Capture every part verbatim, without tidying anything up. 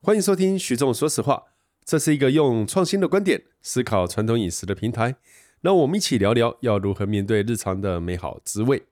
欢迎收听徐仲说实话，这是一个用创新的观点思考传统饮食的平台，让我们一起聊聊要如何面对日常的美好滋味。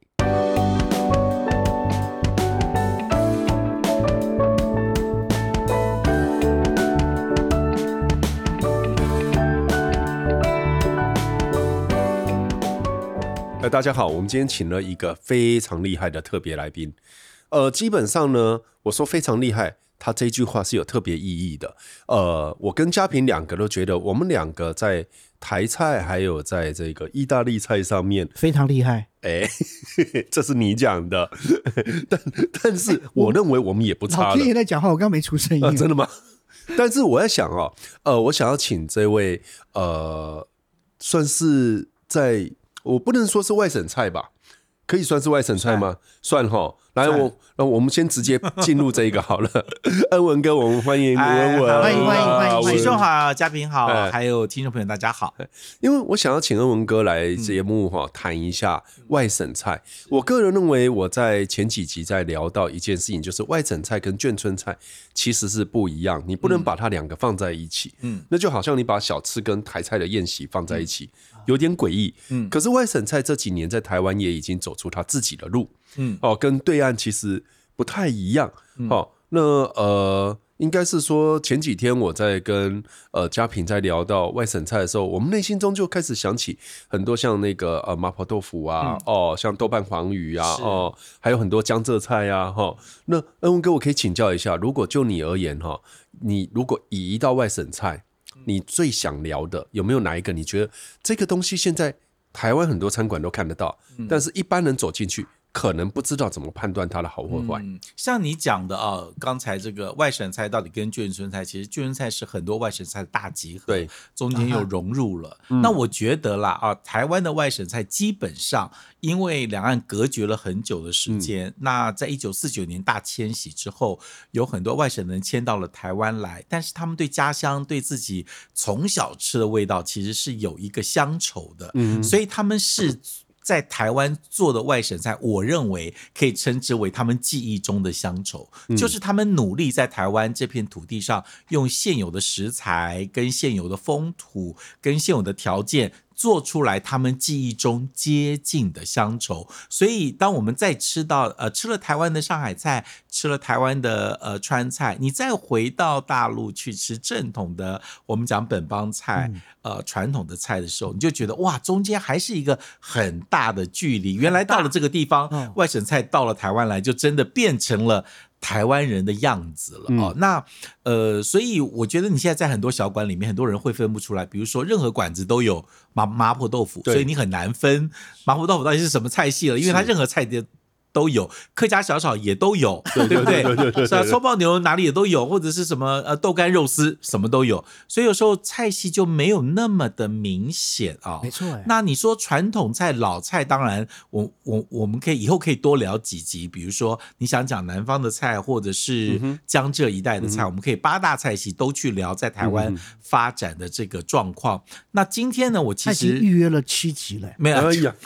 呃，大家好，我们今天请了一个非常厉害的特别来宾。呃，基本上呢，我说非常厉害，他这句话是有特别意义的。呃，我跟嘉平两个都觉得，我们两个在台菜还有在这个意大利菜上面非常厉害。 哎，这是你讲的，但但是我认为我们也不差了。 老天爷在讲话，我刚刚没出声音、 呃。真的吗？但是我在想哦，呃，我想要请这位呃，算是在我不能说是外省菜吧。可以算是外省菜吗？算齁。来，我那我们先直接进入这个好了。恩文哥，我们欢迎恩文， 欢迎欢迎欢迎， 徐仲好，嘉平好，还有听众朋友大家好。 因为我想要请恩文哥来节目哈，谈一下外省菜。我个人认为，我在前几集在聊到一件事情，就是外省菜跟眷村菜其实是不一样，你不能把它两个放在一起。嗯，那就好像你把小吃跟台菜的宴席放在一起。有点诡异，嗯，可是外省菜这几年在台湾也已经走出他自己的路，嗯，哦，跟对岸其实不太一样，嗯、哦，那呃，应该是说前几天我在跟呃嘉平在聊到外省菜的时候，我们内心中就开始想起很多像那个呃麻婆豆腐啊，嗯、哦，像豆瓣黄鱼啊，哦，还有很多江浙菜啊，哈、哦，那恩文哥，我可以请教一下，如果就你而言哈，你如果移到外省菜。你最想聊的有没有哪一个？你觉得这个东西现在台湾很多餐馆都看得到，嗯、但是一般人走进去可能不知道怎么判断它的好或坏。 嗯、像你讲的啊，刚才这个外省菜到底跟眷村菜，其实眷村菜是很多外省菜的大集合， 对， 中间又融入了。嗯、那我觉得啦啊，台湾的外省菜基本上因为两岸隔绝了很久的时间，嗯、那在一九四九年大迁徙之后，有很多外省人迁到了台湾来，但是他们对家乡、对自己从小吃的味道其实是有一个乡愁的，嗯、所以他们是。在台湾做的外省菜，我认为可以称之为他们记忆中的乡愁，嗯、就是他们努力在台湾这片土地上，用现有的食材、跟现有的风土、跟现有的条件。做出来他们记忆中接近的乡愁，所以当我们再吃到呃吃了台湾的上海菜，吃了台湾的呃川菜，你再回到大陆去吃正统的我们讲本帮菜、嗯、呃传统的菜的时候，你就觉得哇，中间还是一个很大的距离。原来到了这个地方，嗯、外省菜到了台湾来，就真的变成了。台湾人的样子了、嗯、哦，那呃，所以我觉得你现在在很多小馆里面，很多人会分不出来。比如说，任何馆子都有麻麻婆豆腐，所以你很难分麻婆豆腐到底是什么菜系了，因为它任何菜的。都有，客家小炒也都有，对不对？是啊，葱爆牛哪里也都有，或者是什么呃豆干肉丝什么都有，所以有时候菜系就没有那么的明显啊。 没错、欸。 那你说传统菜、老菜，当然我我我们可以以后可以多聊几集，比如说你想讲南方的菜，或者是江浙一带的菜，嗯、我们可以八大菜系都去聊在台湾发展的这个状况。嗯、那今天呢，我其实已经预约了七集了， 没有？ 哎呀，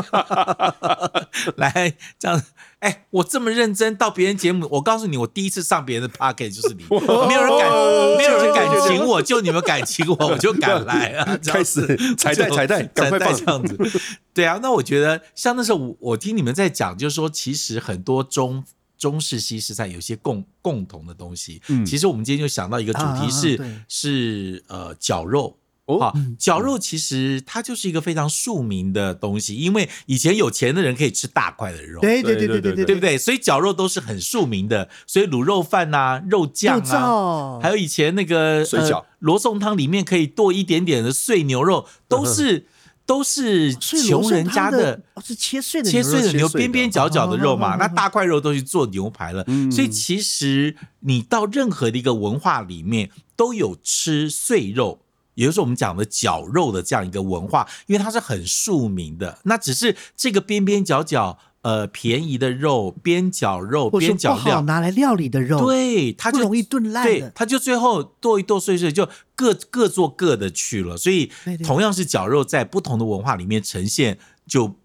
来这样。哎，我这么认真到别人节目，我告诉你，我第一次上别人的 podcast 就是你，没有人敢，没有人敢请我，就你们敢请我，我就敢来啊！ 开始彩蛋彩蛋，赶快放这样子。对啊，那我觉得像那时候我我听你们在讲，就是说其实很多中中式西式菜有些共共同的东西。嗯，其实我们今天就想到一个主题是、啊、是呃绞肉。哦，绞肉其实它就是一个非常庶民的东西，因为以前有钱的人可以吃大块的肉， 对对对对对对， 对不对？所以绞肉都是很庶民的，所以卤肉饭啊、肉酱啊，还有以前那个水饺、呃、 罗宋汤里面可以剁一点点的碎牛肉，都是、嗯、都是穷人家的， 哦、是切碎的切碎的牛，边边角角的肉嘛，哦、那大块肉都去做牛排了、嗯，所以其实你到任何的一个文化里面都有吃碎肉。也就是我们讲的绞肉的这样一个文化，因为它是很庶民的，那只是这个边边角角呃便宜的肉，边角肉边角料不好拿来料理的肉， 对，它就不容易炖烂的， 对，它就最后剁一剁碎碎，就各各做各的去了。所以同样是绞肉，在不同的文化里面呈现就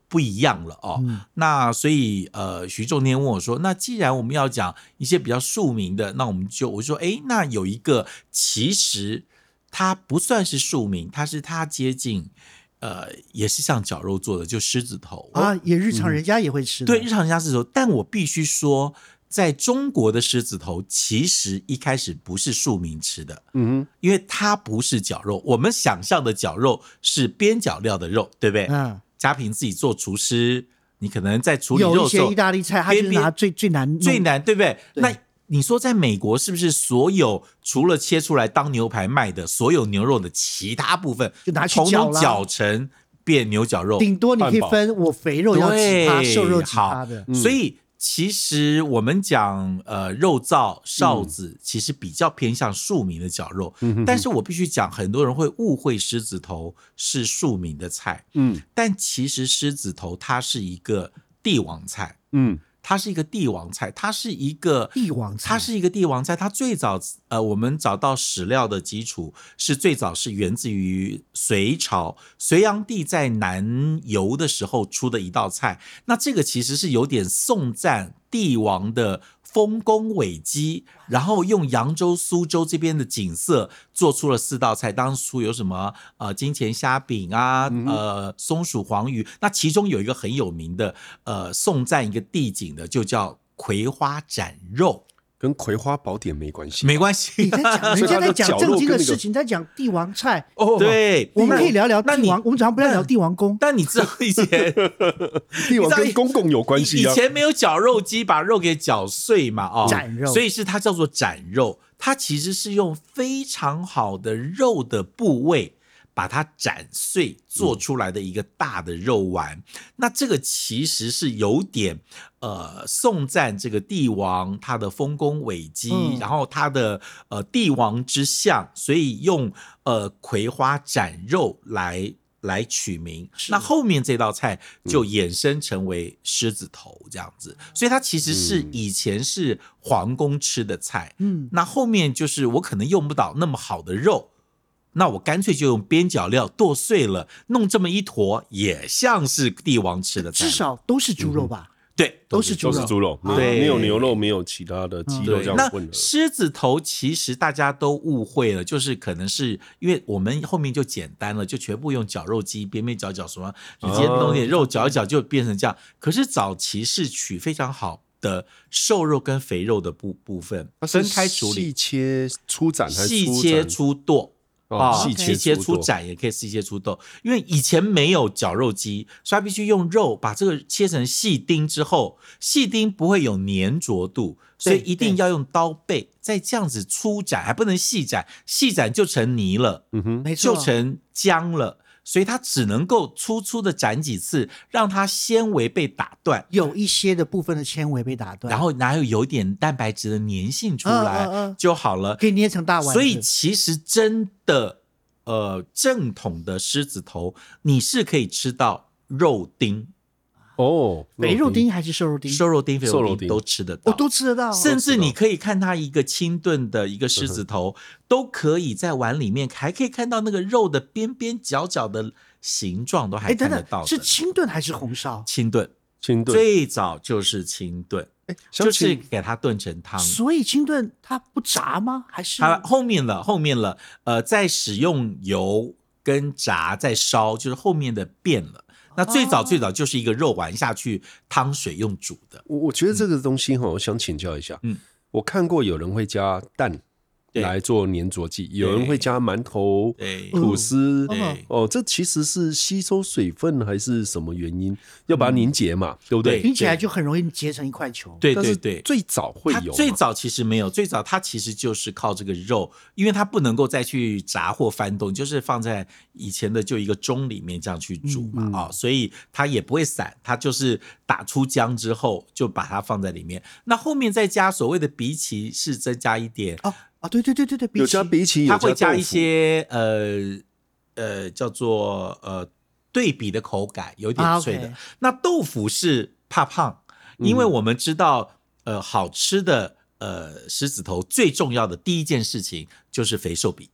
不一样了哦。 嗯、 那所以呃，徐仲天问我说，那既然我们要讲一些比较庶民的，那我们就我就说，哎，那有一个其实它不算是庶民，它是它接近。呃，也是像绞肉做的，就狮子头啊，也日常人家也会吃的。 嗯、对，日常人家狮子头，但我必须说，在中国的狮子头其实一开始不是庶民吃的， 嗯哼， 因为它不是绞肉。我们想象的绞肉是边角料的肉，对不对？ 嗯， 嘉平自己做厨师，你可能在处理肉的时候， 有一些意大利菜，他就是拿最最难最难，对不对？ 对那你说在美国是不是所有除了切出来当牛排卖的所有牛肉的其他部分， 就拿去统统绞啦绞成变牛绞肉？ 顶多你可以分我肥肉要几趴，瘦肉几趴的。 嗯、所以其实我们讲呃肉燥臊子，嗯、其实比较偏向庶民的绞肉，嗯、但是我必须讲，很多人会误会狮子头是庶民的菜，嗯，但其实狮子头它是一个帝王菜，嗯。它是一个帝王菜，它是一个帝王菜， 它是一个帝王菜。它最早呃，我们找到史料的基础是最早是源自于隋朝，隋炀帝在南游的时候出的一道菜。那这个其实是有点颂赞帝王的丰功伟绩，然后用扬州、苏州这边的景色做出了四道菜。当初有什么呃金钱虾饼啊，呃松鼠黄鱼，那其中有一个很有名的呃颂赞一个地景的，就叫葵花斩肉。 跟《葵花宝典》没关系， 没关系。 你在讲，人家在讲正经的事情，在讲帝王菜。 哦，对， 我们可以聊聊帝王。我们早上不要聊帝王宫。 但你知道以前帝王跟公公有关系啊？ 以前没有绞肉机把肉给绞碎嘛？哦， 斩肉， 所以是它叫做斩肉。它其实是用非常好的肉的部位，把它斩碎做出来的一个大的肉丸。嗯、那这个其实是有点呃颂赞这个帝王他的丰功伟绩，嗯、然后他的呃帝王之相，所以用呃葵花斩肉来来取名。那后面这道菜就衍生成为狮子头这样子，嗯、所以它其实是以前是皇宫吃的菜。嗯，那后面就是我可能用不到那么好的肉。那我干脆就用边角料剁碎了，弄这么一坨，也像是帝王吃的菜。 至少都是猪肉吧？ 嗯、对， 都是猪肉， 都是猪肉， 对， 没有牛肉，没有其他的鸡肉这样混合。 那狮子头其实大家都误会了，就是可能是因为我们后面就简单了，就全部用绞肉机边边角角什么，你今天弄点肉绞一绞就变成这样。可是早期是取非常好的瘦肉跟肥肉的部部分分开处理， 细切粗斩还是细切粗剁。 哦， 细切切粗斩也可以细切粗剁，因为以前没有绞肉机，所以它必须用肉把这个切成细丁之后，细丁不会有粘着度，所以一定要用刀背，再这样子粗斩，还不能细斩，细斩就成泥了， 嗯哼， 就成浆了。所以它只能够粗粗的斩几次，让它纤维被打断， 有一些的部分的纤维被打断， 然后哪有有点蛋白质的粘性出来、嗯嗯嗯、就好了， 可以捏成大丸子。 所以其实真的，呃，正统的狮子头，你是可以吃到肉丁。 哦， 肥肉丁还是瘦肉丁？ 瘦肉丁、肥肉丁都吃得到， 我、哦、都吃得到。 甚至你可以看它一个清炖的一个狮子头，嗯、都可以在碗里面，还可以看到那个肉的边边角角的形状，都还看得到的。 是清炖还是红烧？ 清炖， 清炖最早就是清炖，就是给它炖成汤。 所以清炖它不炸吗？还是它后面了，后面了，呃，在使用油跟炸再烧，就是后面的变了。那最早最早就是一个肉丸下去汤水用煮的。 我我觉得这个东西哈，我想请教一下。嗯，我看过有人会加蛋来做粘着剂，有人会加馒头、吐司。哦，这其实是吸收水分还是什么原因？要把它凝结嘛，嗯、对不对？ 听起来就很容易结成一块球。 对对对， 最早会有， 最早其实没有，最早它其实就是靠这个肉，因为它不能够再去炸或翻动，就是放在以前的就一个盅里面这样去煮嘛，啊、嗯哦，所以它也不会散，它就是打出浆之后就把它放在里面。那后面再加所谓的荸荠，是增加一点哦。啊，对对对对对， 有加荸荠， 它会加一些呃呃叫做呃对比的口感，有点脆的。啊 okay、那豆腐是怕胖，因为我们知道、嗯、呃好吃的呃狮子头最重要的第一件事情就是肥瘦比。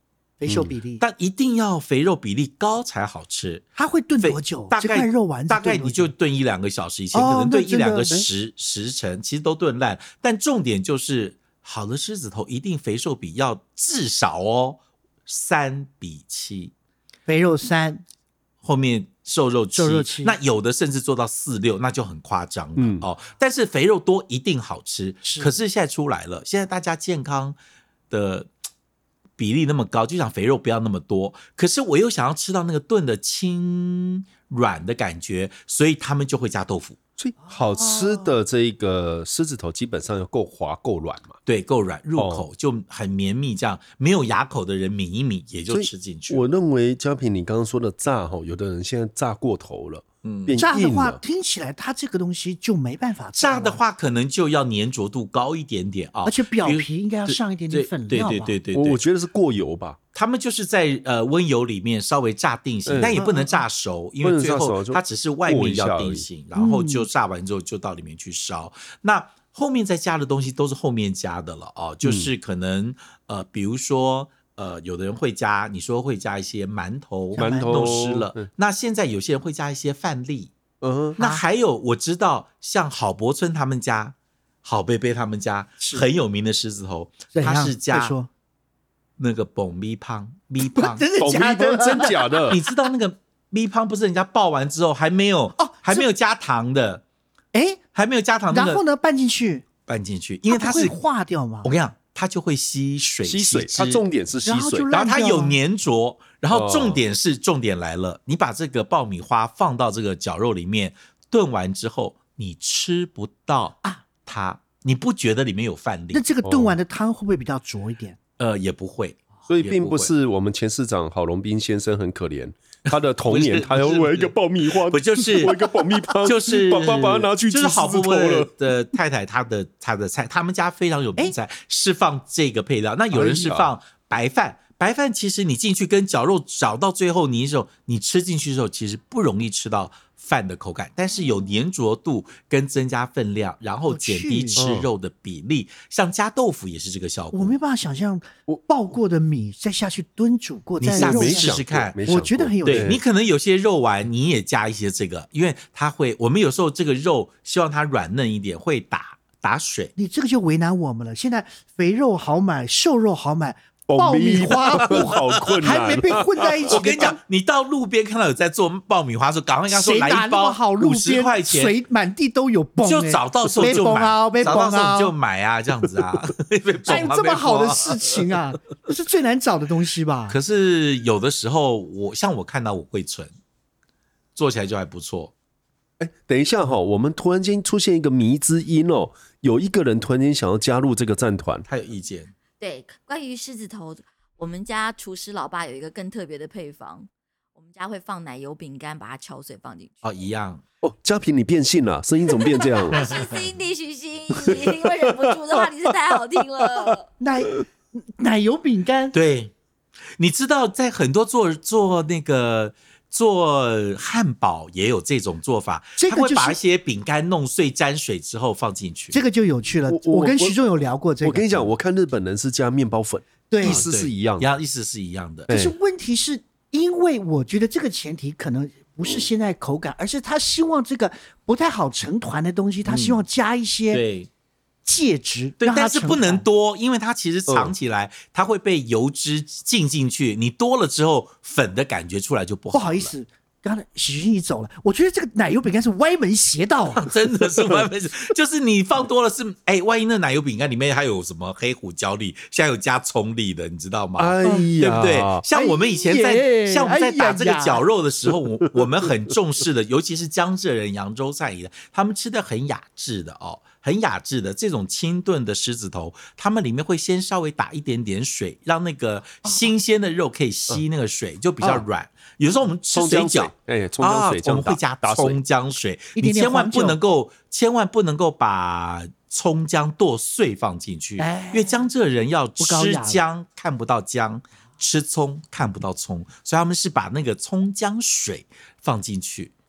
肥瘦比例， 但一定要肥肉比例高才好吃。 它会炖多久？ 大概这块肉丸子大概炖多久你就炖一两个小时，以前哦可能炖那真的一两个时时辰，其实都炖烂。但重点就是好的狮子头一定肥瘦比要至少哦三比七， 肥肉三， 后面瘦肉七， 瘦肉七那有的甚至做到四六，那就很夸张了、 嗯哦。但是肥肉多一定好吃， 是可是现在出来了，现在大家健康的比例那么高，就想肥肉不要那么多，可是我又想要吃到那个炖的轻软的感觉，所以他们就会加豆腐。 所以好吃的这个狮子头基本上要够滑够软嘛。 对，够软，入口就很绵密，这样、哦、没有牙口的人抿一抿也就吃进去。 我认为嘉平你刚刚说的炸，有的人现在炸过头了，嗯，变硬炸的话了。 听起来它这个东西就没办法炸的话，可能就要粘着度高一点点啊、哦， 而且表皮应该要上一点点粉料吧。 对对对对对， 我我觉得是过油吧。 他们就是在呃温油里面稍微炸定型， 嗯、 但也不能炸熟，因为最后它只是外面要定型，然后就炸完之后就到里面去烧。嗯、那后面再加的东西都是后面加的了哦，就是可能、嗯、呃，比如说呃，有的人会加，你说会加一些馒头， 馒头弄湿了、嗯。那现在有些人会加一些饭粒， 嗯， 那还有我知道像郝柏村他们家、郝贝贝他们家很有名的狮子头，他是加那个爆米香，米香真的假的？ 真假的？ 你知道那个米香不是人家爆完之后还没有哦，还没有加糖的， 哎， 还没有加糖、那个， 然后呢拌进去， 拌进去，因为它是它会化掉吗？ 我跟你讲，它就会吸水， 吸水，它重点是吸水， 然后它有粘着，然后重点是、哦、重点来了，你把这个爆米花放到这个绞肉里面炖完之后，你吃不到啊它，你不觉得里面有饭粒？ 那这个炖完的汤会不会比较浊一点？ 呃，也不会， 所以并不是我们前市长郝龙斌先生很可怜，他的童年他要为一个爆米花， 不就是为一个爆米花， 就是爸爸把它拿去就是郝伯伯的太太，她的她的菜，他们家非常有名菜是放这个配料，那有人是放白饭。白饭其实你进去跟绞肉找到最后，你手你吃进去的时候，其实不容易吃到饭的口感，但是有粘着度跟增加分量，然后减低吃肉的比例。像加豆腐也是这个效果。 我没办法想象，我爆过的米再下去炖煮过， 你下次试试看， 我觉得很有趣。 对，你可能有些肉丸你也加一些这个，因为它会，我们有时候这个肉希望它软嫩一点，会打打水。 你这个就为难我们了。现在肥肉好买，瘦肉好买。爆米花不好困难， 还没被混在一起。 我跟你讲，你到路边看到有在做爆米花的时候，赶快跟他说来一包五十块钱， 水满地都有崩、欸， 就找到时候就买， 啊、 找到时候就买啊，这样子啊。 还有这么好的事情啊，这是最难找的东西吧？ 可是有的时候，我像我看到我会存，做起来就还不错。 哎，等一下哈，我们突然间出现一个迷之音哦，有一个人突然间想要加入这个战团， 他有意见。 对，关于狮子头，我们家厨师老爸有一个更特别的配方，我们家会放奶油饼干，把它敲碎放进去。 哦，一样哦。嘉平，你变性了，声音怎么变这样？ 是 Cindy 许昕，因为忍不住的话，你是太好听了。 奶奶油饼干， 对，你知道在很多做做那个。做汉堡也有这种做法， 这个就是、 他会把一些饼干弄碎沾水之后放进去， 这个就有趣了。我, 我跟徐仲有聊过这个。 我跟你讲，我看日本人是加面包粉， 对， 意思是一样的， 啊、意思是一样的。 可是问题是因为我觉得这个前提可能不是现在口感，而是他希望这个不太好成团的东西，他希望加一些、嗯、 对。 介质， 对，但是不能多，因为它其实藏起来，嗯、它会被油脂浸进去。你多了之后，粉的感觉出来就不好了。 不好意思，刚才许昕你走了，我觉得这个奶油饼干是歪门邪道、啊， 真的是歪门邪道。就是你放多了是，哎，万一那奶油饼干里面还有什么黑胡椒粒，现在有加葱粒的，你知道吗？ 哎呀， 对不对？像我们以前在， 哎、 像我们在打这个绞肉的时候，我我们很重视的，尤其是江浙人、扬州菜的，他们吃的很雅致的哦。很雅致的这种清炖的狮子头，他们里面会先稍微打一点点水，让那个新鲜的肉可以吸那个水，就比较软。哦、有时候我们吃水饺， 哎，葱姜水、啊， 我们会加葱姜水，你千万不能够，千万不能够把葱姜剁碎放进去， 哎、 因为江浙人要吃姜看不到姜，吃葱看不到葱，所以他们是把那个葱姜水放进去。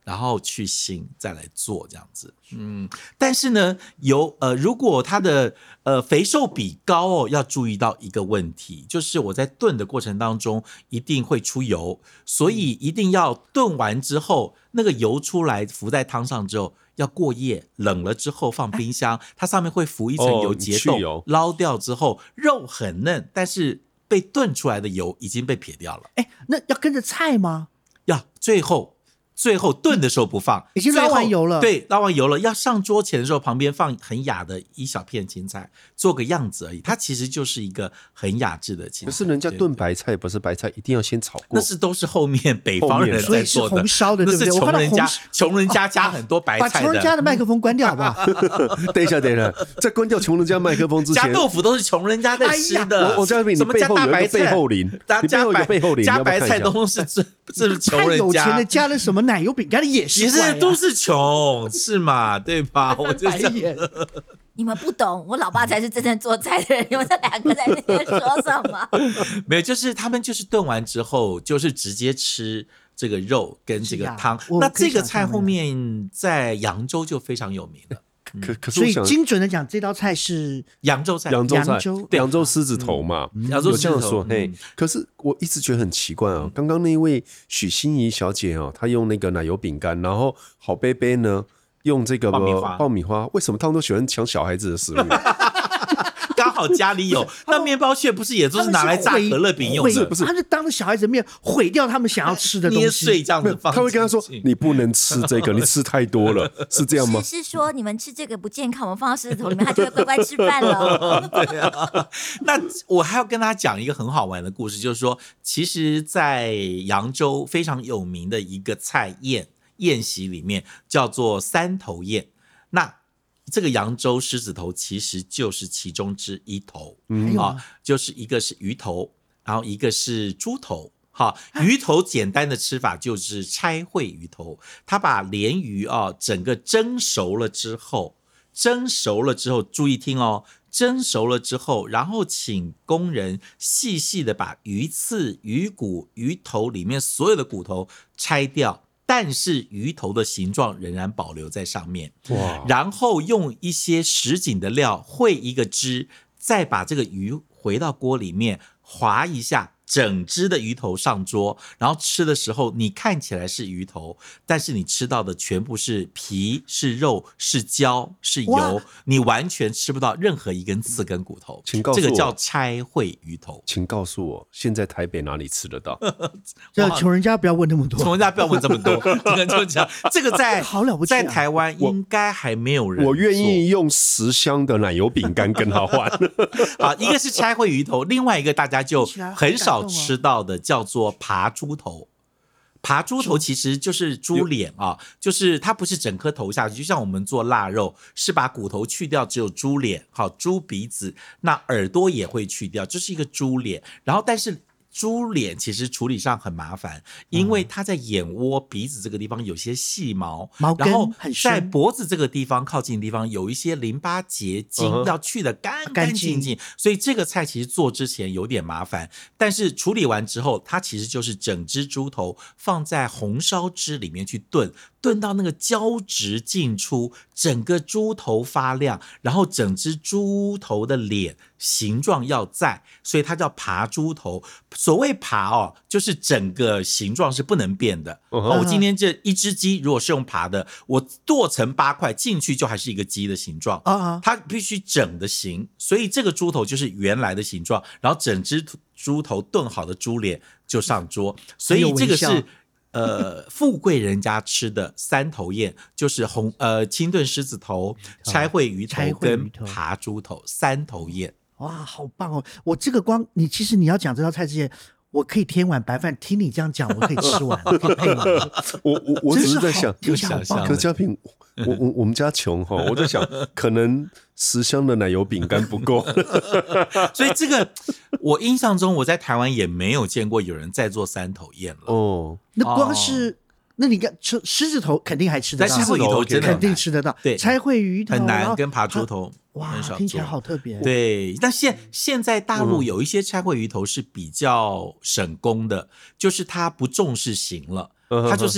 然后去腥再来做这样子。嗯，但是呢，油呃，如果它的呃肥瘦比高哦，要注意到一个问题，就是我在炖的过程当中一定会出油，所以一定要炖完之后，那个油出来浮在汤上之后。要过夜，冷了之后放冰箱，它上面会浮一层油结冻， 哦、 捞掉之后肉很嫩，但是被炖出来的油已经被撇掉了。 哎，那要跟着菜吗？ 要，最后最后炖的时候不放， 已经捞完油了。 对，捞完油了，要上桌前的时候，旁边放很雅的一小片青菜，做个样子而已。它其实就是一个很雅致的青菜。 可是人家炖白菜不是白菜，一定要先炒过。 那是都是后面北方人在做的， 所以是红烧的，对不对？ 那是穷人家，穷人家加很多白菜的。 把穷人家的麦克风关掉好不好？ 等一下，等一下，在关掉穷人家麦克风之前， 加豆腐都是穷人家在吃的。 我我告诉你，你背后有一个背后灵，你背后有一个背后灵， 加白菜都是是穷人家。 太有钱的加了什么奶油饼干的也是、啊， 也是都是穷，是嘛？对吧？我就这样。 你们不懂，我老爸才是真正做菜的人。你们这两个在那边说什么？ 没有，就是他们就是炖完之后，就是直接吃这个肉跟这个汤。那这个菜后面在扬州就非常有名了。 可可是所以精准的讲，这道菜是扬州菜， 扬州菜， 扬州扬州狮子头嘛， 嗯、扬州狮子头有这样说。嘿、嗯，可是我一直觉得很奇怪啊。刚刚那位许心怡小姐哦，她用那个奶油饼干，然后好贝贝呢用这个爆米花， 爆米花，为什么他们都喜欢抢小孩子的食物？ 刚好家里有，那面包屑不是也都是拿来炸可乐饼用的？ 不是，他是当着小孩子的面毁掉他们想要吃的东西， 捏碎这样子放。 他会跟他说：“你不能吃这个，你吃太多了，是这样吗？” 是是说你们吃这个不健康，我们放到狮子头里面，他就会乖乖吃饭了。 对啊，那我还要跟他讲一个很好玩的故事，就是说，其实，在扬州非常有名的一个菜宴宴席里面，叫做三头宴。那这个扬州狮子头其实就是其中之一头，嗯啊，就是一个是鱼头，然后一个是猪头。好，鱼头简单的吃法就是拆烩鱼头，他把鲢鱼啊整个蒸熟了之后，蒸熟了之后，注意听哦，蒸熟了之后，然后请工人细细的把鱼刺、鱼骨、鱼头里面所有的骨头拆掉。但是鱼头的形状仍然保留在上面，哇！然后用一些什锦的料烩一个汁，再把这个鱼回到锅里面划一下，整只的鱼头上桌，然后吃的时候你看起来是鱼头，但是你吃到的全部是皮、是肉、是胶、是油，你完全吃不到任何一根刺跟骨头。 请告诉我， 这个叫拆烩鱼头。 请告诉我，现在台北哪里吃得到？ 这穷人家不要问那么多， 穷人家不要问这么多。就讲这个在好了不起、啊， 在台湾应该还没有人做。 我愿意用十箱的奶油饼干跟他换。 好，一个是拆烩鱼头，另外一个大家就很少吃到的叫做扒猪头。扒猪头其实就是猪脸啊，就是它不是整颗头下去，就像我们做腊肉是把骨头去掉，只有猪脸，好，猪鼻子，那耳朵也会去掉，就是一个猪脸。然后但是猪脸其实处理上很麻烦，因为它在眼窝、鼻子这个地方有些细毛， 毛根然后很深， 在脖子这个地方靠近的地方有一些淋巴结晶， 嗯、 要去的干干净净，所以这个菜其实做之前有点麻烦，但是处理完之后，它其实就是整只猪头放在红烧汁里面去炖，炖到那个胶质尽出，整个猪头发亮，然后整只猪头的脸形状要在，所以它叫扒猪头。所谓扒哦，就是整个形状是不能变的。Uh-huh. 哦，我今天这一只鸡如果是用扒的，我剁成八块进去就还是一个鸡的形状。Uh-huh. 它必须整的形，所以这个猪头就是原来的形状，然后整只猪头炖好的猪脸就上桌。所以这个是呃，富贵人家吃的三头宴，就是红呃清炖狮子头、拆烩鱼头跟扒猪头三头宴。 哇，好棒哦！我这个光你其实你要讲这道菜之前，我可以添碗白饭，听你这样讲，我可以吃完。 我我我只是在想， 就想象。 可嘉平，我我我们家穷哈，我在想，可能十箱的奶油饼干不够， 所以这个我印象中我在台湾也没有见过有人在做三头宴了。 哦， 那光是。哦那你看吃狮子头肯定还吃得到， 但狮子头真的肯定吃得到， 对， 拆烩鱼头很难，跟扒猪头哇，听起来好特别。 对，但现现在大陆有一些拆烩鱼头是比较省工的，嗯、就是它不重视形了，它就是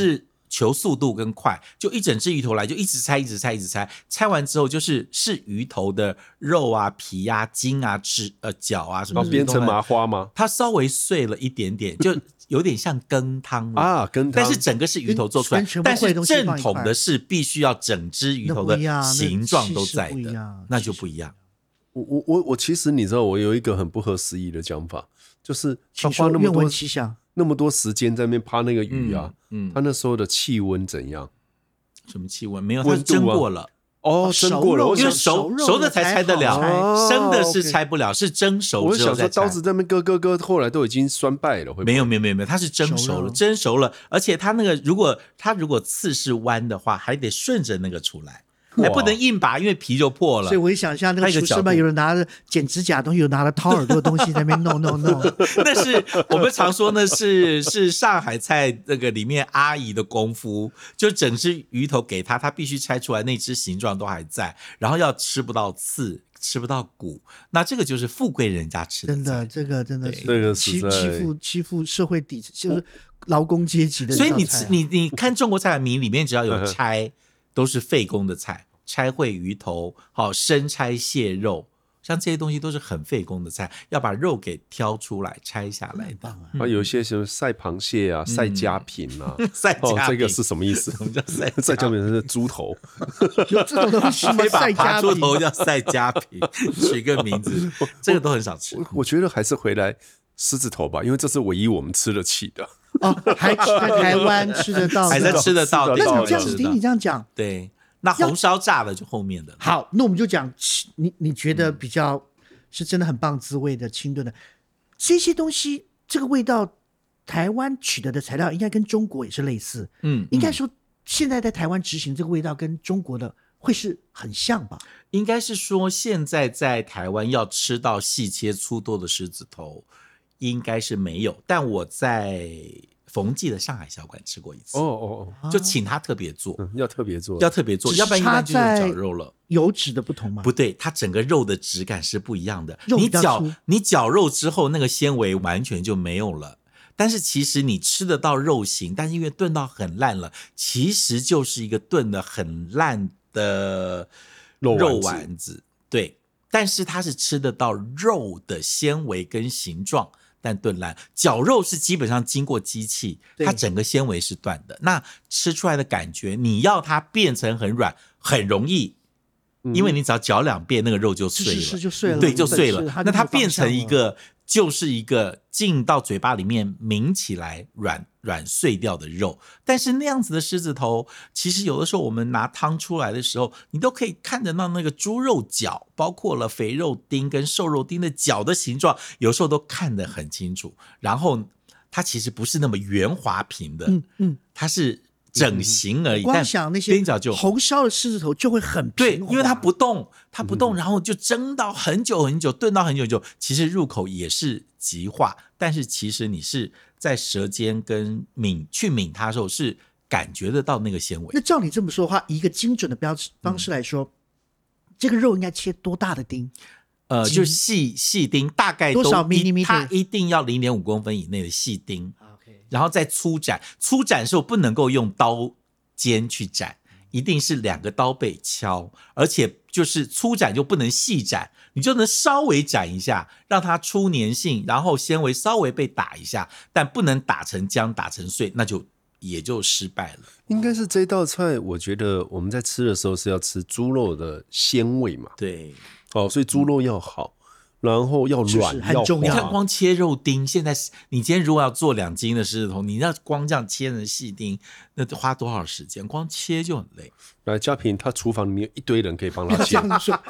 求速度跟快，就一整只鱼头来就一直拆一直拆一直拆，拆完之后就是是鱼头的肉啊皮啊筋啊脂呃脚啊什么然后编成麻花吗？ 它稍微碎了一点点，就有点像羹汤了啊，羹汤， 但是整个是鱼头做出来，但是正统的是必须要整只鱼头的形状都在的， 那, 那就不一样。 我我我我其实你知道，我有一个很不合时宜的讲法，就是他花那么多那么多时间在那边趴那个鱼啊，嗯，嗯他那时候的气温怎样？ 什么气温？没有，它蒸过了。 哦，蒸过了， 因为熟熟的才拆得了，哦、生的是拆不了，是蒸熟之后再拆。 我想说刀子在那边割割割，后来都已经酸败了。会不会没有没有没有没有，它是蒸熟了，蒸熟了，而且它那个如果它如果刺是弯的话，还得顺着那个出来。还不能硬拔，因为皮就破了。 所以我一想象那个厨师们，有人拿着剪指甲的东西，有人拿着掏耳朵的东西在那边弄弄弄。 那是我们常说那是是上海菜那个里面阿姨的功夫，就整只鱼头给他，他必须拆出来，那只形状都还在，然后要吃不到刺。吃不到骨，那这个就是富贵人家吃的。 真的，这个真的是这个欺欺负欺负社会底层，就是劳工阶级的。 所以你你你看中国菜的名里面，只要有拆，都是费工的菜。拆烩鱼头，好生拆蟹肉，像这些东西都是很费工的菜，要把肉给挑出来拆下来的。啊， 嗯、有一些什么晒螃蟹啊、晒家品啊， 晒、嗯、家品、 哦，这个是什么意思？ 什么叫晒晒家品？是猪头， 有这种东西吗？晒家品，猪头叫晒家品，取个名字，这个都很少吃。 我, 我觉得还是回来狮子头吧，因为这是唯一我们吃得起的。 哦，还在台湾吃得到， 还在吃得到。 那你这样子听你这样讲， 对。那红烧炸的就后面的。 好，那我们就讲你你觉得比较是真的很棒滋味的清炖的这些东西，这个味道台湾取得的材料应该跟中国也是类似。嗯，应该说现在在台湾执行这个味道跟中国的会是很像吧？ 应该是说现在在台湾要吃到细切粗剁的狮子头应该是没有，但我在冯记的上海小馆吃过一次。 哦哦哦，就请他特别做、 嗯、要特别做要特别做，要不然一般就是绞肉了。 油脂的不同吗？ 不对，它整个肉的质感是不一样的。你绞你绞肉之后那个纤维完全就没有了，但是其实你吃得到肉形，但是因为炖到很烂了，其实就是一个炖得很烂的肉丸子。对，但是它是吃得到肉的纤维跟形状，但炖烂。绞肉是基本上经过机器，它整个纤维是断的，那吃出来的感觉你要它变成很软很容易，因为你只要搅两遍那个肉就碎了， 是是就碎了， 对，就碎了。那它变成一个就是一个进到嘴巴里面抿起来软软碎掉的肉。但是那样子的狮子头，其实有的时候我们拿汤出来的时候，你都可以看得到那个猪肉角，包括了肥肉丁跟瘦肉丁的角的形状，有时候都看得很清楚。然后它其实不是那么圆滑平的，嗯嗯，它是整形而已。 光想那些红烧的狮子头就会很对，因为它不动，它不动，然后就蒸到很久很久，炖到很久很久，其实入口也是极化，但是其实你是在舌尖跟抿去抿它的时候是感觉得到那个纤维。 那照你这么说的话，以一个精准的标方式来说，嗯、这个肉应该切多大的丁？ 呃，就细细丁，大概都多少 millimeter？ 它一定要 零点五公分以内的细丁。然后再粗斩，粗斩的时候不能够用刀尖去斩，一定是两个刀背敲，而且就是粗斩就不能细斩，你就能稍微斩一下，让它出粘性，然后纤维稍微被打一下，但不能打成浆打成碎，那就也就失败了。 应该是这道菜，我觉得我们在吃的时候是要吃猪肉的鲜味嘛， 对， 哦，所以猪肉要好。然后要软要滑， 你看光切肉丁，现在你今天如果要做两斤的狮子头，你要光这样切成细丁，那花多少时间？光切就很累。 来，嘉平他厨房里面有一堆人可以帮他切，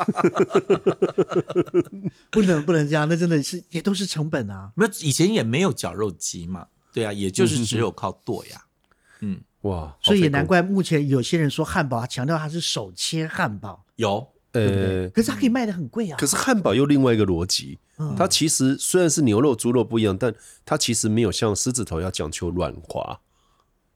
不能不能这样，那真的是也都是成本啊。 没有，以前也没有绞肉机嘛，对啊，也就是只有靠剁呀。嗯， 哇， 所以也难怪目前有些人说汉堡，强调它是手切汉堡， 有。 对不对？可是它可以卖得很贵啊。 可是汉堡又另外一个逻辑，嗯、它其实虽然是牛肉、猪肉不一样，但它其实没有像狮子头要讲求软滑。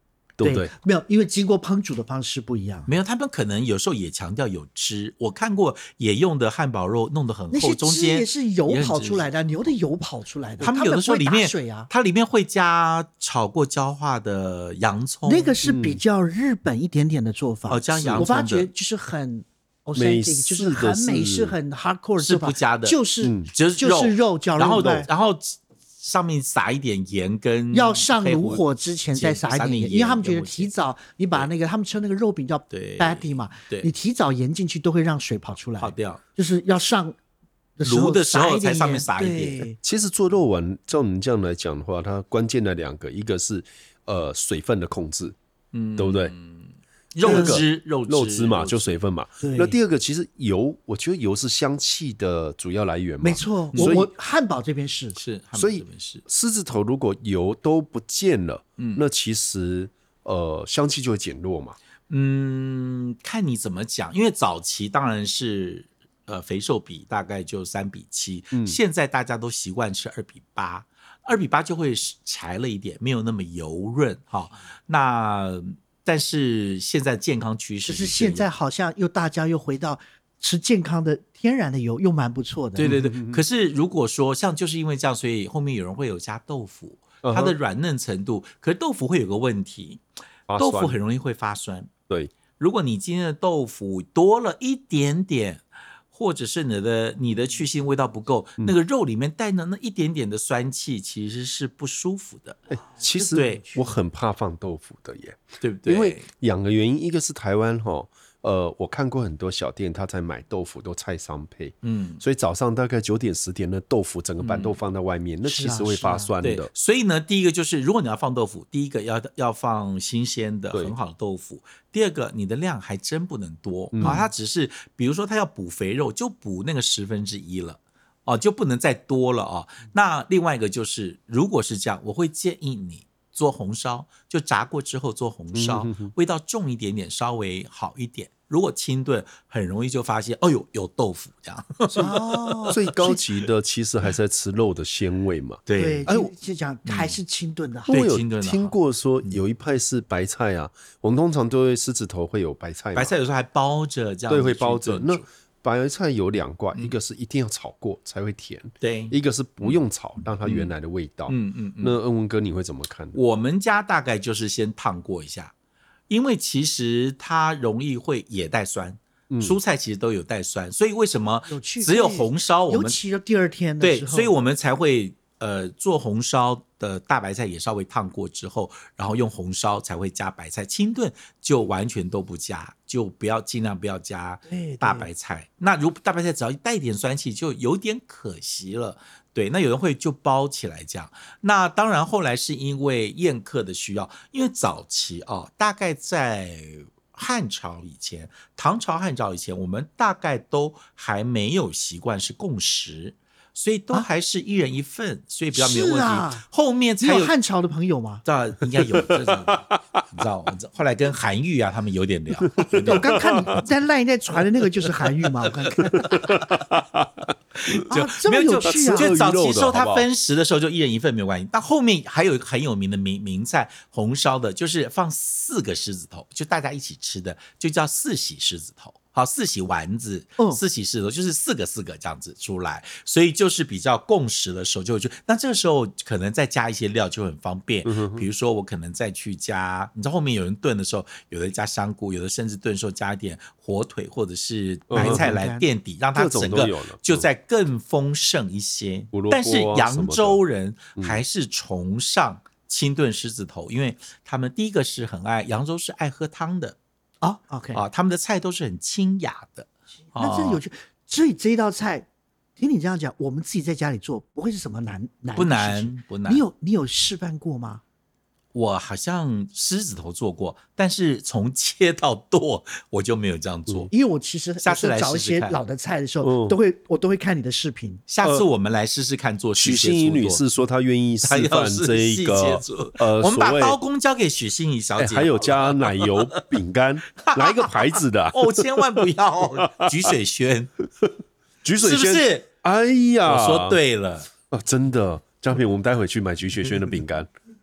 对不对？ 没有，因为经过烹煮的方式不一样。 没有，他们可能有时候也强调有汁。我看过也用的汉堡肉弄得很厚， 那些中间汁也是油也很汁跑出来的，牛的油跑出来的。 他们有的时候里面不会打水啊， 它里面会加炒过焦化的洋葱， 那个是比较日本一点点的做法。 哦加洋葱的我发觉就是很。 美 authentic，就是式的很美是式、很 hardcore 的是做法不加的就是嗯就是就是肉绞然后肉块， 然后上面撒一点盐跟要上黑胡炉火之前再撒一点盐， 撒点因为他们觉得跟胡椒提早你把那个他们称那个肉饼叫对 patty 嘛， 对你提早盐进去都会让水跑出来， 跑掉。 就是要上炉的时候撒一点才上面盐撒一点对其实做肉丸，照你这样来讲的话，它关键的两个，一个是呃水分的控制， 嗯， 对不对？ 肉第二个汁肉肉汁嘛，就水。 水分嘛。 对那第二个，其实油，我觉得油是香气的主要来源嘛。 没错，我所以我汉堡这边是是，他们所以这边是狮子头如果油都不见了，嗯，那其实呃香气就会减弱嘛。 嗯，看你怎么讲，因为早期当然是呃肥瘦比大概就三比七、嗯，现在大家都习惯吃二比八，二比八就会柴了一点，没有那么油润哈。那但是现在健康趋势就是现在好像又大家又回到吃健康的天然的油，又蛮不错的。 对对对，可是如果说像就是因为这样，所以后面有人会有加豆腐，它的软嫩程度，可是豆腐会有个问题，豆腐很容易会发酸。 对， 如果你今天的豆腐多了一点点，或者是你的你的去腥味道不够，嗯、那个肉里面带着那一点点的酸气，其实是不舒服的。 欸、其实对我很怕放豆腐的耶， 对不对？ 因为两个原因，一个是台湾哈。呃，我看过很多小店，他在买豆腐都菜商配，嗯，所以早上大概九点十点，那豆腐整个板豆放在外面，嗯、那其实会发酸的。 啊啊、所以呢，第一个就是如果你要放豆腐，第一个要要放新鲜的很好的豆腐，第二个你的量还真不能多、嗯、啊，它只是比如说它要补肥肉，就补那个十分之一了。哦，就不能再多了哦。那另外一个就是，如果是这样，我会建议你做红烧，就炸过之后做红烧，嗯、哼哼味道重一点点，稍微好一点。如果清炖，很容易就发现，哦呦，有豆腐这样。 哦，最高级的其实还是在吃肉的鲜味嘛。 对，哎，就讲还是清炖的好。 我有听过说有一派是白菜啊，我们通常都会狮子头会有白菜， 白菜有时候还包着这样， 对，会包着。那白菜有两挂，一个是一定要炒过才会甜， 对， 一个是不用炒，让它原来的味道。嗯嗯。那恩文哥你会怎么看？ 我们家大概就是先烫过一下。因为其实它容易会也带酸，嗯、蔬菜其实都有带酸，所以为什么只有红烧我们尤其第二天的对，所以我们才会呃做红烧的大白菜也稍微烫过之后，然后用红烧才会加白菜，清炖就完全都不加，就不要尽量不要加大白菜。那如果大白菜只要带一点酸气，就有点可惜了。对，那有人会就包起来这样。那当然后来是因为宴客的需要，因为早期哦，大概在汉朝以前，唐朝汉朝以前，我们大概都还没有习惯是共食，所以都还是一人一份，啊、所以比较没有问题。 啊、 后面才有, 有汉朝的朋友吗？ 这应该有，这种你知道，后来跟韩愈啊他们有点聊。 我刚看你在LINE在传的那个就是韩愈嘛，我看看。 就、 啊、这么有趣啊！ 就早期时候他分食的时候就一人一份没有关系，但后面还有一个很有名的名名菜红烧的，就是放四个狮子头，就大家一起吃的，就叫四喜狮子头。好，四喜丸子，嗯、四喜狮子头就是四个四个这样子出来，所以就是比较共识的时候就会去。那这个时候可能再加一些料就很方便，嗯、比如说我可能再去加，你知道后面有人炖的时候，有的加香菇，有的甚至炖的时候加一点火腿或者是白菜来垫底，嗯、让它整个就再更丰盛一些。嗯、但是扬州人还是崇尚清炖狮子头，因为他们第一个是很爱，扬州是爱喝汤的。 哦 ，OK 啊，他们的菜都是很清雅的， 那真的有趣。所以这一道菜，听你这样讲，我们自己在家里做不会是什么难难不难不难。 你有你有示范过吗？ 我好像狮子头做过，但是从切到剁我就没有这样做。 嗯、因为我其实下次来找一些老的菜的时候，嗯、都会我都会看你的视频。 下次我们来试试看做许心怡女士说她愿意示范这一个呃，我们把刀工交给许心怡小姐、 欸，还有加奶油饼干，哪一个牌子的、啊？ 哦，千万不要菊水轩， 菊水轩是不是？ 哎呀， 我说对了啊，真的，嘉平，我们待会去买菊水轩的饼干。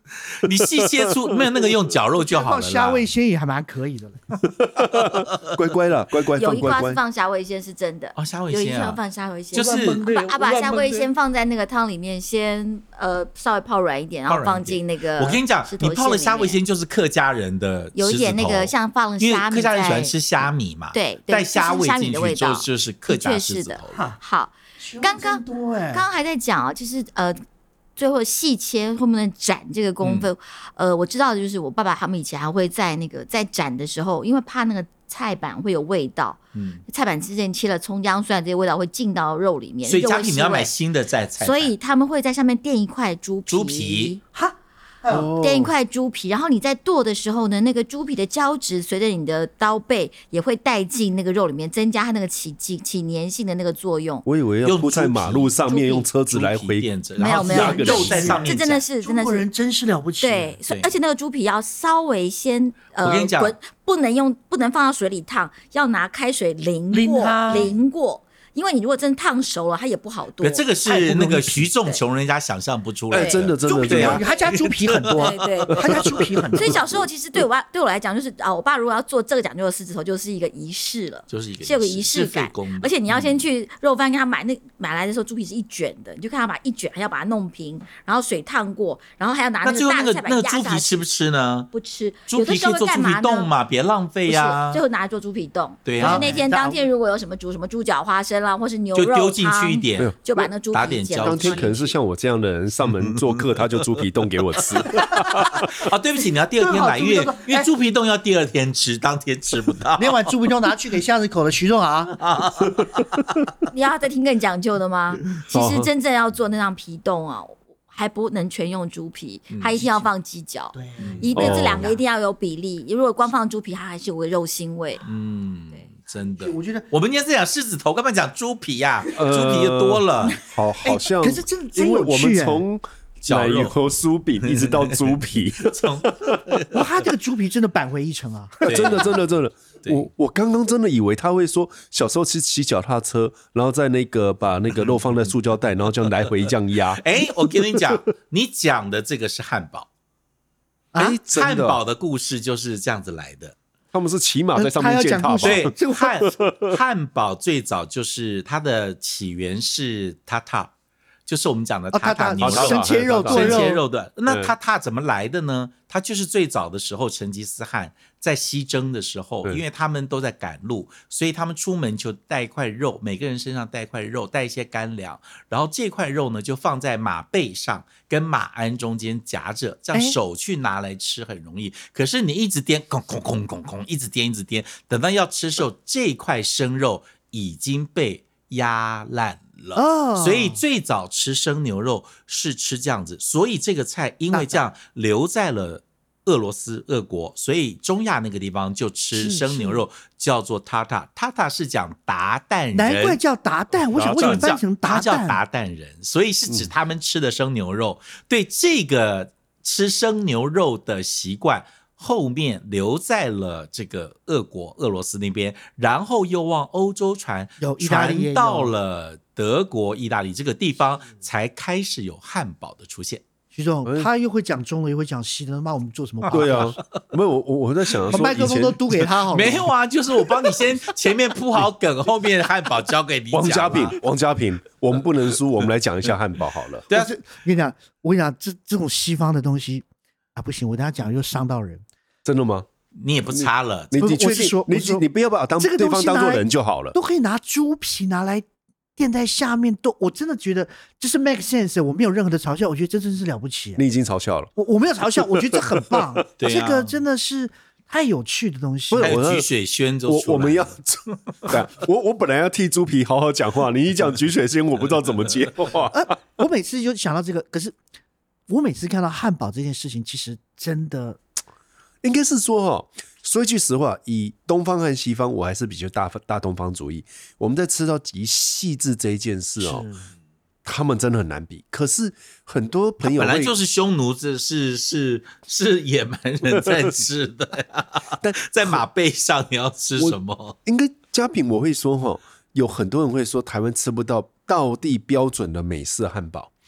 你细切出没有那个用绞肉就好了啦。 放虾味鲜也还蛮可以的了。 乖乖啦，乖乖有一块是放乖乖。 放虾味鲜是真的哦，虾味有一鲜啊， 块要放虾味鲜， 就是把啊把虾味鲜放在那个汤里面，先呃稍微泡软一点，然后放进那个。 我跟你讲，你泡的虾味鲜鲜就是客家人的， 有一点那个像放了因为虾米， 客家人喜欢吃虾米嘛， 对， 带虾味进去就的味道就是客家狮子头。 好，刚刚刚刚还在讲啊，就是呃。最后细切后面的斩这个功夫，嗯、呃，我知道的就是我爸爸他们以前还会在那个在斩的时候，因为怕那个菜板会有味道，嗯，菜板之前切了葱姜蒜，这些味道会进到肉里面， 所以家庭你要买新的菜菜板， 所以他们会在上面垫一块猪皮， 猪皮哈。 垫一块猪皮，然后你在剁的时候呢，那个猪皮的胶质随着你的刀背也会带进那个肉里面，增加它那个起起起粘性的那个作用。 我以为要铺在马路上面，用车子来回垫着， 没有没有， 肉在上面， 这真的是真的是， 中国人真是了不起。 对，而且那个猪皮要稍微先呃， 我跟你讲， 不能用不能放到水里烫，要拿开水淋过淋过。因为你如果真烫熟了，它也不好剁。 这个是那个徐仲穷人家想象不出来， 真的真的对啊，他家猪皮很多， 对对， 他家猪皮很多。 所以小时候其实对我对我来讲，就是啊，我爸如果要做这个讲究的狮子头，就是一个仪式了， 就是一个是有个仪式感。而且你要先去肉贩跟他买，那买来的时候猪皮是一卷的，你就看他把一卷，还要把它弄平，然后水烫过，然后还要拿那个大的菜板压下去。 那猪皮吃不吃呢？ 不吃， 猪皮可以做猪皮冻嘛，别浪费呀。 最后拿来做猪皮冻。 对啊。 那天当天如果有什么煮什么猪脚花生啦，或是牛肉。 丢进去一点， 就把那猪打点当天可能是像我这样的人上门做客，他就猪皮冻给我吃。 啊，对不起，你要第二天来，因为因为猪皮冻要第二天吃，当天吃不到。 那碗猪皮冻拿去给巷子口的徐仲啊。 你要再听更讲究的吗？其实真正要做那张皮冻啊，还不能全用猪皮，它一定要放鸡脚。对，一定这两个一定要有比例。如果光放猪皮，它还是有个肉腥味。 嗯，对。真的， 我觉得我们今天是讲狮子头，干嘛讲猪皮呀、啊？呃、猪皮又多了， 好，好像、 欸、可是真的因为我们从奶油酥饼一直到猪皮， 哇，他这个猪皮真的扳回一城啊！ 真的，真的，真的，我我刚刚真的以为他会说小时候是骑脚踏车，然后在那个把那个肉放在塑胶袋，然后这样来回这样压。 哎，我跟你讲，你讲的这个是汉堡，哎、啊，汉堡的故事就是这样子来的。 他们是骑马在上面践踏吧？ 对，汉汉堡最早就是它的起源是塔塔，就是我们讲的塔塔牛肉、 生切肉、 生切肉的。那塔塔怎么来的呢？它就是最早的时候，成吉思汗在西征的时候，因为他们都在赶路，所以他们出门就带一块肉，每个人身上带一块肉，带一些干粮，然后这块肉呢就放在马背上，跟马鞍中间夹着，这样手去拿来吃很容易。可是你一直颠，空空空空空，一直颠一直颠，等到要吃的时候，这块生肉已经被压烂了，哦、所以最早吃生牛肉是吃这样子，所以这个菜因为这样留在了俄罗斯俄国，所以中亚那个地方就吃生牛肉，叫做塔塔。塔塔是讲鞑靼人， 难怪叫鞑靼，我想为什么翻成鞑靼？ 他叫鞑靼人，所以是指他们吃的生牛肉。嗯、对这个吃生牛肉的习惯。后面留在了这个俄国、俄罗斯那边，然后又往欧洲传，传到了德国、意大利这个地方，才开始有汉堡的出现。 徐总，他又会讲中文，又会讲西的，骂我们做什么？ 对啊，没有我我我在想说， 把麦克风都嘟给他好了。 没有啊，就是我帮你先前面铺好梗，后面汉堡交给你讲。 王家平，王家平，我们不能输，我们来讲一下汉堡好了。 对啊， 我跟你讲，我跟你讲，这这种西方的东西啊，不行，我等下讲又伤到人。 真的吗？ 你也不差了， 你你确定？你你不要把当对方当做人就好了。 都可以拿猪皮拿来垫在下面，都我真的觉得这是 make sense， 我没有任何的嘲笑，我觉得这真是了不起。 你已经嘲笑了， 我我没有嘲笑，我觉得这很棒， 对这个真的是太有趣的东西。 还有菊水轩就出来了， 我我们要对，我我本来要替猪皮好好讲话，你一讲菊水轩，我不知道怎么接话。 啊、我每次就想到这个，可是我每次看到汉堡这件事情，其实真的。 应该是说哈，说一句实话，以东方和西方，我还是比较大大东方主义。我们在吃到极细致这一件事哦，他们真的很难比。可是很多朋友本来就是匈奴，这是是是野蛮人在吃的呀。但在马背上你要吃什么？ 应该嘉平我会说哈，有很多人会说台湾吃不到道地标准的美式汉堡。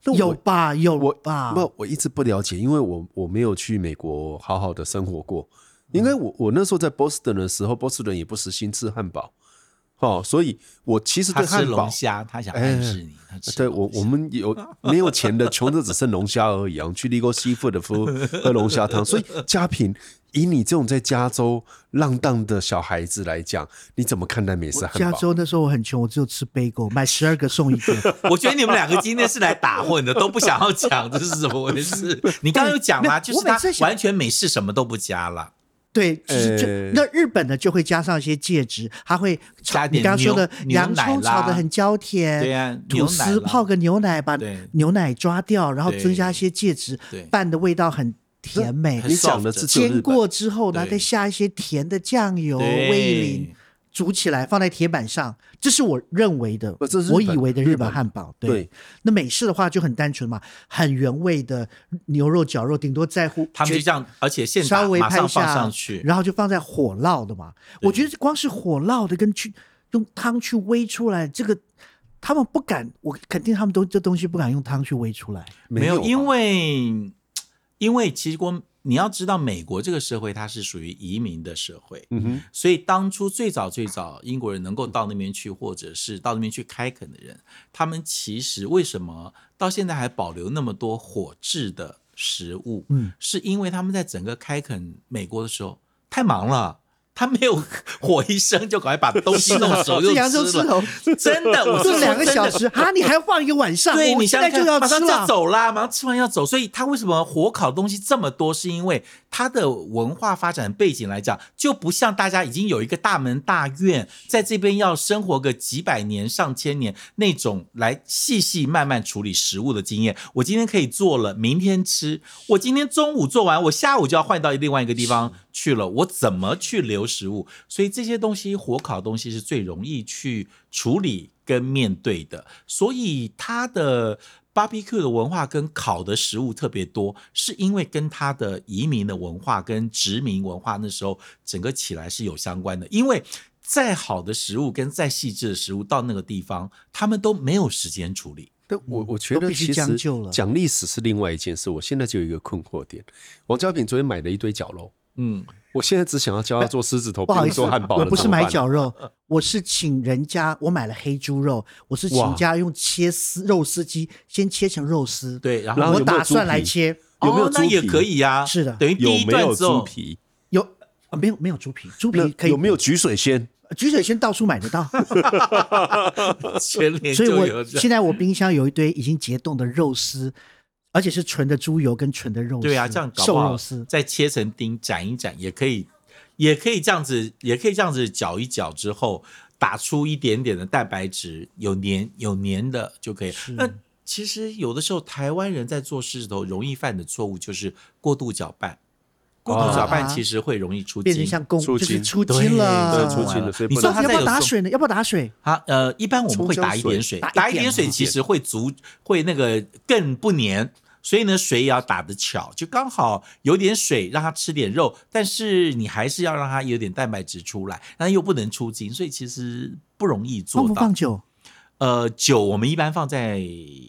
有吧有吧？ 不，我一直不了解，因为我我没有去美国好好的生活过。因为我我那时候在波士顿的时候，波士顿也不实行吃汉堡。哦，所以我其实对汉堡， 他吃龙虾，他想暗示你，哎、他吃对我我们有没有钱的，穷的只剩龙虾而已啊！去利沟西富的夫喝龙虾汤，所以嘉平，以你这种在加州浪荡的小孩子来讲，你怎么看待美式汉堡？ 加州那时候我很穷，我只有吃贝果，买十二个送一个。 我觉得你们两个今天是来打混的，都不想要讲这是怎么回事。你刚刚有讲啦，就是他完全美式什么都不加了。 对，就是那日本的就会加上一些介质，它会加点你刚刚说的洋葱炒得很焦甜， 对啊， 吐司泡个牛奶，把牛奶抓掉，然后增加一些介质，拌的味道很甜美。 你讲的是煎过之后呢，再下一些甜的酱油、味淋，煮起来放在铁板上，这是我认为的，我以为的日本汉堡。对，对那美式的话就很单纯嘛，很原味的牛肉、绞肉，顶多在乎他们就这样，而且现稍微拍下上去， 然后就放在火烙的嘛。我觉得光是火烙的跟去用汤去煨出来，这个他们不敢，我肯定他们都这东西不敢用汤去煨出来。 没有，因为因为其实光。你要知道，美国这个社会它是属于移民的社会，嗯哼，所以当初最早最早英国人能够到那边去，或者是到那边去开垦的人，他们其实为什么到现在还保留那么多火制的食物？嗯，是因为他们在整个开垦美国的时候太忙了。他没有火一生就赶快把东西弄熟就吃了， 扬州狮头真的，我是两个小时啊！你还要放一个晚上， 对，你现在就要吃了， 马上就走啦，马上吃完要走。所以他为什么火烤东西这么多？是因为他的文化发展背景来讲，就不像大家已经有一个大门大院，在这边要生活个几百年、上千年那种来细细慢慢处理食物的经验。我今天可以做了，明天吃。我今天中午做完，我下午就要换到另外一个地方去了，我怎么去留食物？所以这些东西火烤的东西是最容易去处理跟面对的，所以它的 barbecue 的文化跟烤的食物特别多，是因为跟它的移民的文化跟殖民文化那时候整个起来是有相关的。因为再好的食物跟再细致的食物到那个地方，他们都没有时间处理。 但我我觉得其实讲历史是另外一件事。我现在就有一个困惑点，王家平昨天买了一堆绞肉，嗯，我现在只想要教他做狮子头，不好意思，做汉堡。 我不是买绞肉，我是请人家，我买了黑猪肉，我是请家用切丝肉丝机先切成肉丝， 对，然后我打算来切， 有没有猪皮？ 哦、那也可以呀、啊， 是的， 等于第一段之后有没有猪皮？ 有啊，没有没有猪皮，猪皮可以。 有没有菊水鲜？ 菊水鲜到处买得到， 全年所以我现在我冰箱有一堆已经解冻的肉丝。而且是纯的猪油跟纯的肉丝， 对啊，这样搞不好再切成丁斩一斩也可以，也可以这样子，也可以这样子搅一搅之后，打出一点点的蛋白质，有黏有黏的就可以。那其实有的时候台湾人在做狮子头容易犯的错误就是过度搅拌，过度搅拌其实会容易出筋， 变成像公出就是出筋了， 对，出筋了。所以你说要不要打水呢？要不要打水？ 啊，呃，一般我们会打一点水，打一点水其实会足会那个更不黏。所以呢，水也要打得巧，就刚好有点水，让它吃点肉，但是你还是要让它有点蛋白质出来，但又不能出筋，所以其实不容易做到。 放不放酒？ 呃，酒我们一般放在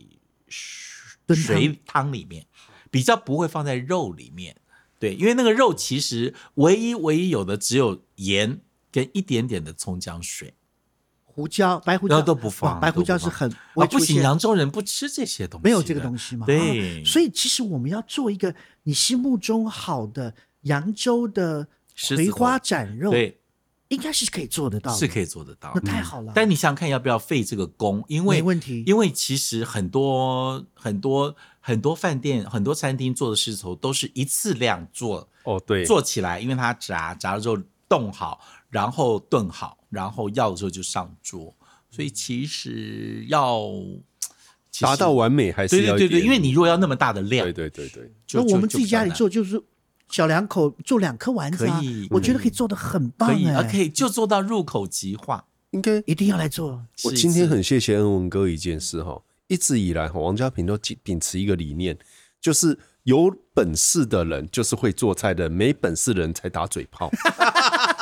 水汤里面，比较不会放在肉里面。对，因为那个肉其实唯一唯一有的只有盐跟一点点的葱姜水。 胡椒、白胡椒都不放， 白胡椒是很不, 啊、不行，扬州人不吃这些东西， 没有这个东西嘛。 对、 啊，所以其实我们要做一个你心目中好的扬州的葵花斩肉， 对， 应该是可以做得到的， 是可以做得到， 那太好了。 嗯、但你想想看，要不要费这个功？因为没问题， 因为其实很多很多很多饭店、很多餐厅做的狮子头都是一次量做， 哦，对， 做起来，因为它炸炸了之后冻好，然后炖好。然后要的时候就上桌，所以其实要其实达到完美还是要对对对对，因为你如果要那么大的量， 对对对对， 那我们自己家里做就是小两口做两颗丸子、啊， 可以， 我觉得可以做得很棒、欸， 可以啊，可以就做到入口即化， 应该一定要来做。 我今天很谢谢恩文哥一件事哈，一直以来哈，王家平都秉持一个理念，就是有本事的人就是会做菜的，没本事的人才打嘴炮。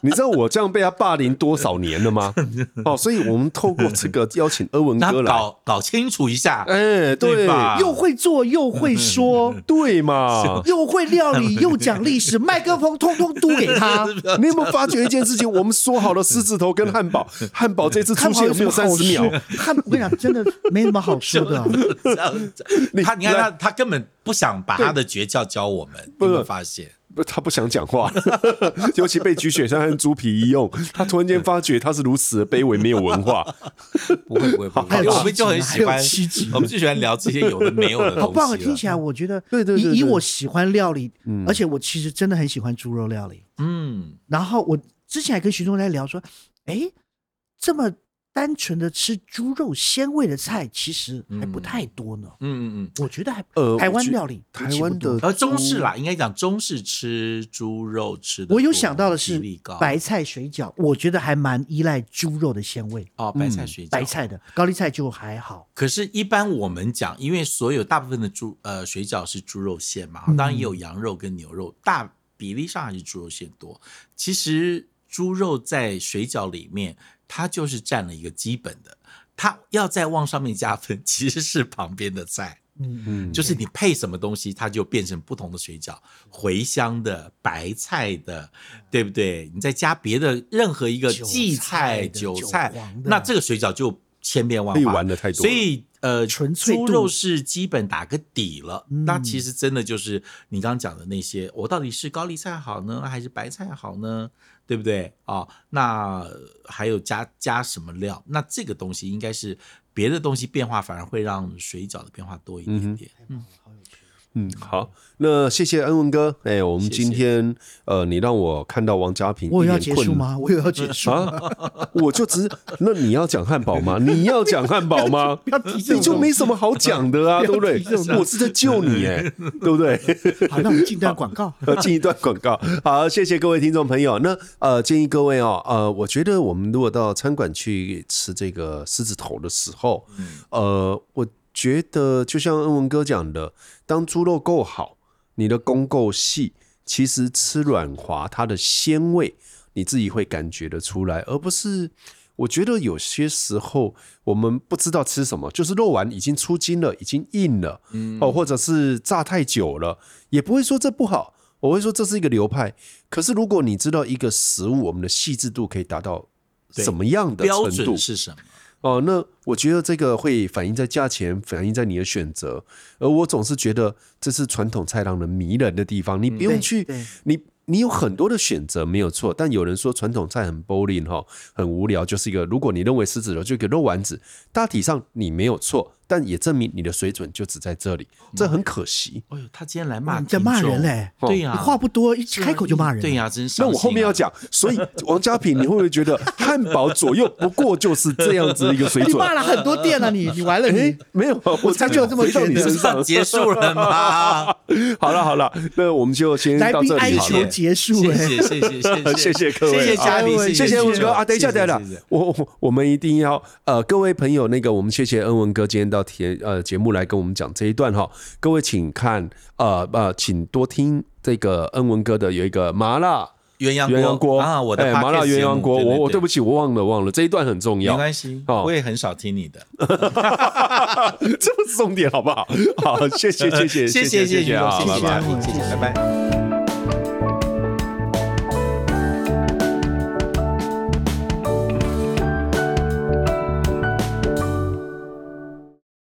你知道我这样被他霸凌多少年了吗？哦，所以我们透过这个邀请阿文哥来搞搞清楚一下， 哎，对吧？ 又会做又会说， 对嘛？ 又会料理又讲历史，麦克风通通嘟给他。 你有没有发觉一件事情？我们说好了狮子头跟汉堡，汉堡这次出现有没有三十秒？ 汉，我跟你讲，真的没什么好说的、啊。 他你看他他根本不想把他的诀窍教我们，有没有发现？ 不，他不想讲话，尤其被菊雪山和猪皮一用，他突然间发觉他是如此的卑微，没有文化。 不会不会不会，因为我们就很喜欢，我们就喜欢聊这些有的没有的东西。 好棒啊！听起来我觉得， 对对对对以以我喜欢料理，嗯、而且我其实真的很喜欢猪肉料理。嗯，然后我之前还跟徐总在聊说，哎，这么单纯的吃猪肉鲜味的菜，其实还不太多呢。嗯嗯嗯，我觉得还呃，台湾料理， 台湾的呃中式啦，应该讲中式吃猪肉吃的。 我有想到的是白菜水饺，我觉得还蛮依赖猪肉的鲜味。 哦，白菜水饺，嗯、 白菜的高丽菜就还好。 可是，一般我们讲，因为所有大部分的猪呃水饺是猪肉馅嘛，当然也有羊肉跟牛肉，大比例上还是猪肉馅多。其实猪肉在水饺里面，它就是占了一个基本的，它要再往上面加分，其实是旁边的菜。嗯，就是你配什么东西，它就变成不同的水饺，茴香的、白菜的，对不对？你再加别的任何一个荠菜、韭菜，那这个水饺就千变万化， 玩的太多了。 所以呃，猪肉是基本打个底了，嗯、那其实真的就是你刚刚讲的那些，我到底是高丽菜好呢，还是白菜好呢？对不对啊、哦？那还有加加什么料？那这个东西应该是别的东西变化，反而会让水饺的变化多一点点。嗯，好有趣。 嗯，好，那谢谢恩文哥。哎，我们今天谢谢呃，你让我看到王家平， 我有要结束吗？我有要结束吗？ 啊、我就只那你要讲汉堡吗？你要讲汉堡吗？ 不要提这种， 你就没什么好讲的啊，对不对？我是在救你，哎，对不对？ 好，那我们进一段广告， 进一段广告。好，谢谢各位听众朋友。那呃，建议各位哦，呃，我觉得我们如果到餐馆去吃这个狮子头的时候，嗯、呃，我。觉得就像恩文哥讲的，当猪肉够好，你的工够细，其实吃软滑，它的鲜味你自己会感觉得出来，而不是我觉得有些时候我们不知道吃什么，就是肉丸已经出筋了，已经硬了，嗯、哦，或者是炸太久了，也不会说这不好，我会说这是一个流派。可是如果你知道一个食物我们的细致度可以达到什么样的程度， 标准是什么？ 哦，那我觉得这个会反映在价钱，反映在你的选择。而我总是觉得这是传统菜郎人迷人的地方，你不用去，嗯、你你有很多的选择没有错。但有人说传统菜很 boring 哈，很无聊，就是一个如果你认为狮子头就一个肉丸子，大体上你没有错，但也证明你的水准就只在这里，这很可惜。 哎呦，他今天来骂， 你在骂人嘞？ 对呀、啊， 你话不多，一开口就骂人。 对呀、啊，真是、 啊。那我后面要讲，所以王家平，你会不会觉得汉堡左右不过就是这样子的一个水准？ 你骂了很多店了，你你完了你， 你没有，我才就这么觉得。 身上结束了吗？ 好了好了，那我们就先到这里好了。 来宾哀求结束， 谢谢谢谢谢谢谢谢各位， 谢谢嘉宾， 谢谢恩文哥啊！等一下等一下，我我们一定要呃，各位朋友，那个我们谢谢恩文哥今天到节呃节目来跟我们讲这一段哈，各位请看呃呃，请多听这个恩文哥的有一个麻辣。 鸳鸯鸳鸯锅啊，我的、欸、 麻辣鸳鸯锅，我我对不起，我忘了忘了这一段很重要， 没关系，哦、我也很少听你的， 这不是重点好不好？好，谢谢谢谢谢谢谢谢啊， 谢谢，拜拜。